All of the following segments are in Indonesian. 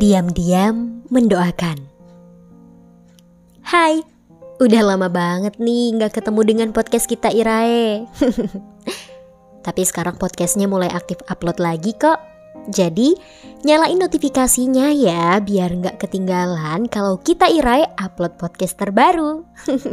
Diam-diam mendoakan. Hai, udah lama banget nih gak ketemu dengan podcast kita Irae. Tapi sekarang podcastnya mulai aktif upload lagi kok. Jadi nyalain notifikasinya ya, biar gak ketinggalan kalau kita Irae upload podcast terbaru.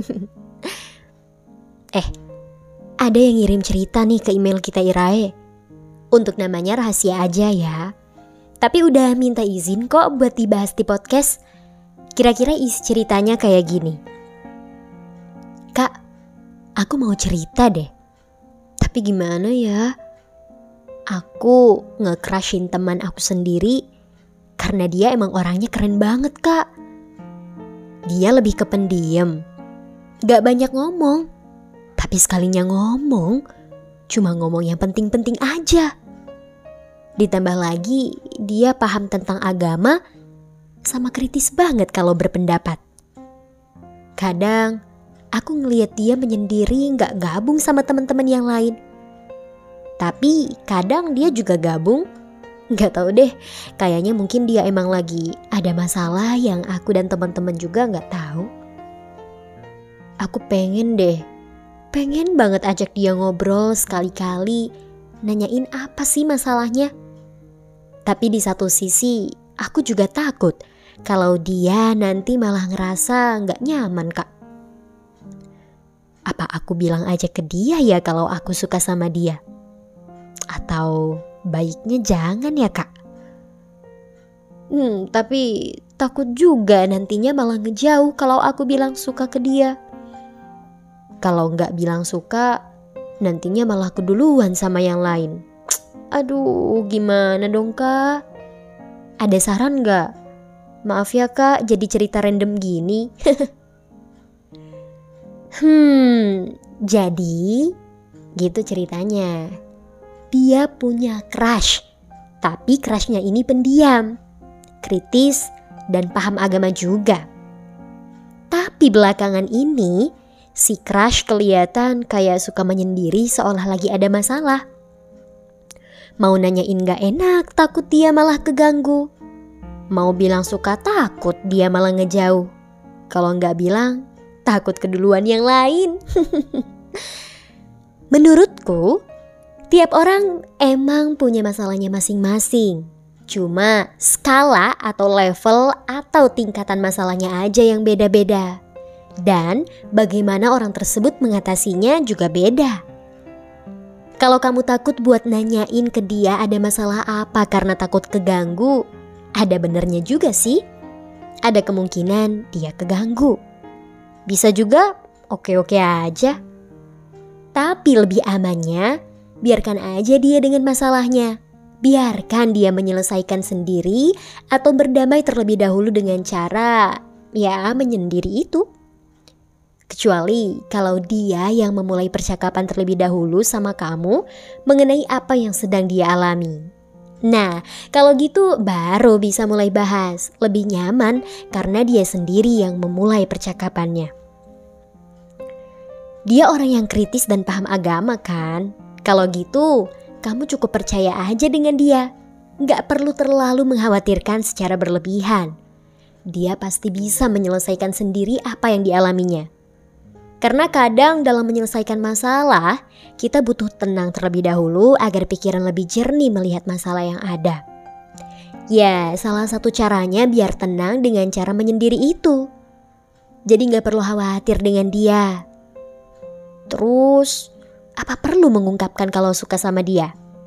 Ada yang ngirim cerita nih ke email kita Irae. Untuk namanya rahasia aja ya. Tapi udah minta izin kok buat dibahas di podcast. Kira-kira isi ceritanya kayak gini. Kak, aku mau cerita deh. Tapi gimana ya? Aku nge-crushin teman aku sendiri karena dia emang orangnya keren banget kak. Dia lebih ke pendiam. Gak banyak ngomong. Tapi sekalinya ngomong, cuma ngomong yang penting-penting aja. Ditambah lagi dia paham tentang agama sama kritis banget kalau berpendapat. Kadang aku ngelihat dia menyendiri gak gabung sama teman-teman yang lain. Tapi kadang dia juga gabung. Gak tahu deh, kayaknya mungkin dia emang lagi ada masalah yang aku dan teman-teman juga gak tahu. Aku pengen banget ajak dia ngobrol sekali-kali, nanyain apa sih masalahnya. Tapi di satu sisi aku juga takut kalau dia nanti malah ngerasa gak nyaman kak. Apa aku bilang aja ke dia ya kalau aku suka sama dia? Atau baiknya jangan ya kak? Tapi takut juga nantinya malah ngejauh kalau aku bilang suka ke dia. Kalau gak bilang suka, nantinya malah keduluan sama yang lain. Aduh, gimana dong kak? Ada saran gak? Maaf ya kak, jadi cerita random gini. Jadi gitu ceritanya. Dia punya crush, tapi crushnya ini pendiam, kritis, dan paham agama juga. Tapi belakangan ini, si crush kelihatan kayak suka menyendiri seolah lagi ada masalah. Mau nanyain gak enak, takut dia malah keganggu. Mau bilang suka, takut dia malah ngejauh. Kalau gak bilang, takut keduluan yang lain. Menurutku, tiap orang emang punya masalahnya masing-masing. Cuma skala atau level atau tingkatan masalahnya aja yang beda-beda. Dan bagaimana orang tersebut mengatasinya juga beda. Kalau kamu takut buat nanyain ke dia ada masalah apa karena takut keganggu, ada benernya juga sih. Ada kemungkinan dia keganggu. Bisa juga oke-oke aja. Tapi lebih amannya, biarkan aja dia dengan masalahnya. Biarkan dia menyelesaikan sendiri atau berdamai terlebih dahulu dengan cara menyendiri itu. Kecuali kalau dia yang memulai percakapan terlebih dahulu sama kamu mengenai apa yang sedang dia alami. Nah, kalau gitu baru bisa mulai bahas. Lebih nyaman karena dia sendiri yang memulai percakapannya. Dia orang yang kritis dan paham agama kan? Kalau gitu, kamu cukup percaya aja dengan dia. Gak perlu terlalu mengkhawatirkan secara berlebihan. Dia pasti bisa menyelesaikan sendiri apa yang dialaminya. Karena kadang dalam menyelesaikan masalah, kita butuh tenang terlebih dahulu agar pikiran lebih jernih melihat masalah yang ada. Ya, salah satu caranya biar tenang dengan cara menyendiri itu. Jadi gak perlu khawatir dengan dia. Terus, apa perlu mengungkapkan kalau suka sama dia?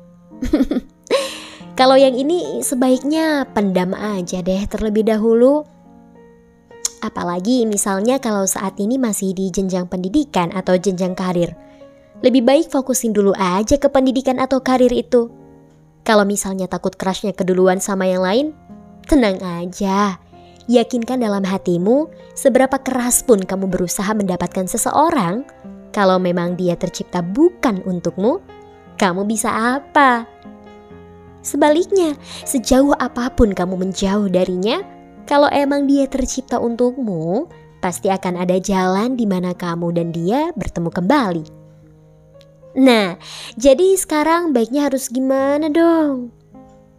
Kalau yang ini sebaiknya pendam aja deh terlebih dahulu. Apalagi misalnya kalau saat ini masih di jenjang pendidikan atau jenjang karir. Lebih baik fokusin dulu aja ke pendidikan atau karir itu. Kalau misalnya takut crushnya keduluan sama yang lain, tenang aja. Yakinkan dalam hatimu seberapa keras pun kamu berusaha mendapatkan seseorang. Kalau memang dia tercipta bukan untukmu, kamu bisa apa? Sebaliknya, sejauh apapun kamu menjauh darinya, kalau emang dia tercipta untukmu, pasti akan ada jalan di mana kamu dan dia bertemu kembali. Nah, jadi sekarang baiknya harus gimana dong?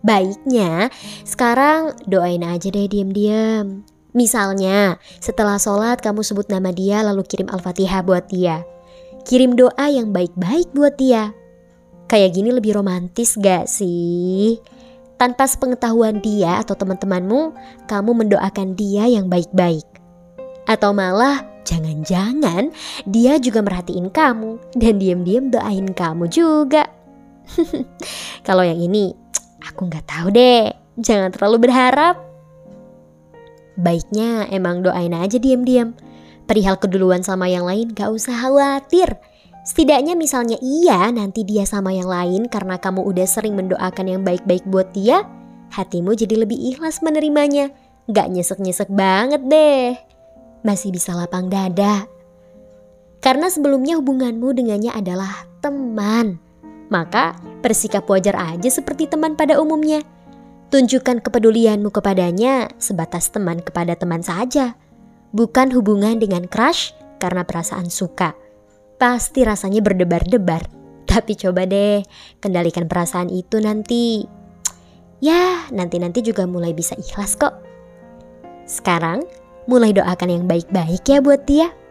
Baiknya sekarang doain aja deh diam-diam. Misalnya setelah sholat kamu sebut nama dia lalu kirim Al-Fatihah buat dia. Kirim doa yang baik-baik buat dia. Kayak gini lebih romantis gak sih? Tanpa sepengetahuan dia atau teman-temanmu, kamu mendoakan dia yang baik-baik. Atau malah jangan-jangan dia juga merhatiin kamu dan diam-diam doain kamu juga. Kalau yang ini aku gak tahu deh, jangan terlalu berharap. Baiknya emang doain aja diam-diam. Perihal keduluan sama yang lain gak usah khawatir. Setidaknya misalnya iya nanti dia sama yang lain karena kamu udah sering mendoakan yang baik-baik buat dia, hatimu jadi lebih ikhlas menerimanya. Gak nyesek-nyesek banget deh. Masih bisa lapang dada. Karena sebelumnya hubunganmu dengannya adalah teman. Maka bersikap wajar aja seperti teman pada umumnya. Tunjukkan kepedulianmu kepadanya sebatas teman kepada teman saja. Bukan hubungan dengan crush karena perasaan suka. Pasti rasanya berdebar-debar. Tapi coba deh kendalikan perasaan itu nanti. Ya nanti-nanti juga mulai bisa ikhlas kok. Sekarang mulai doakan yang baik-baik ya buat dia.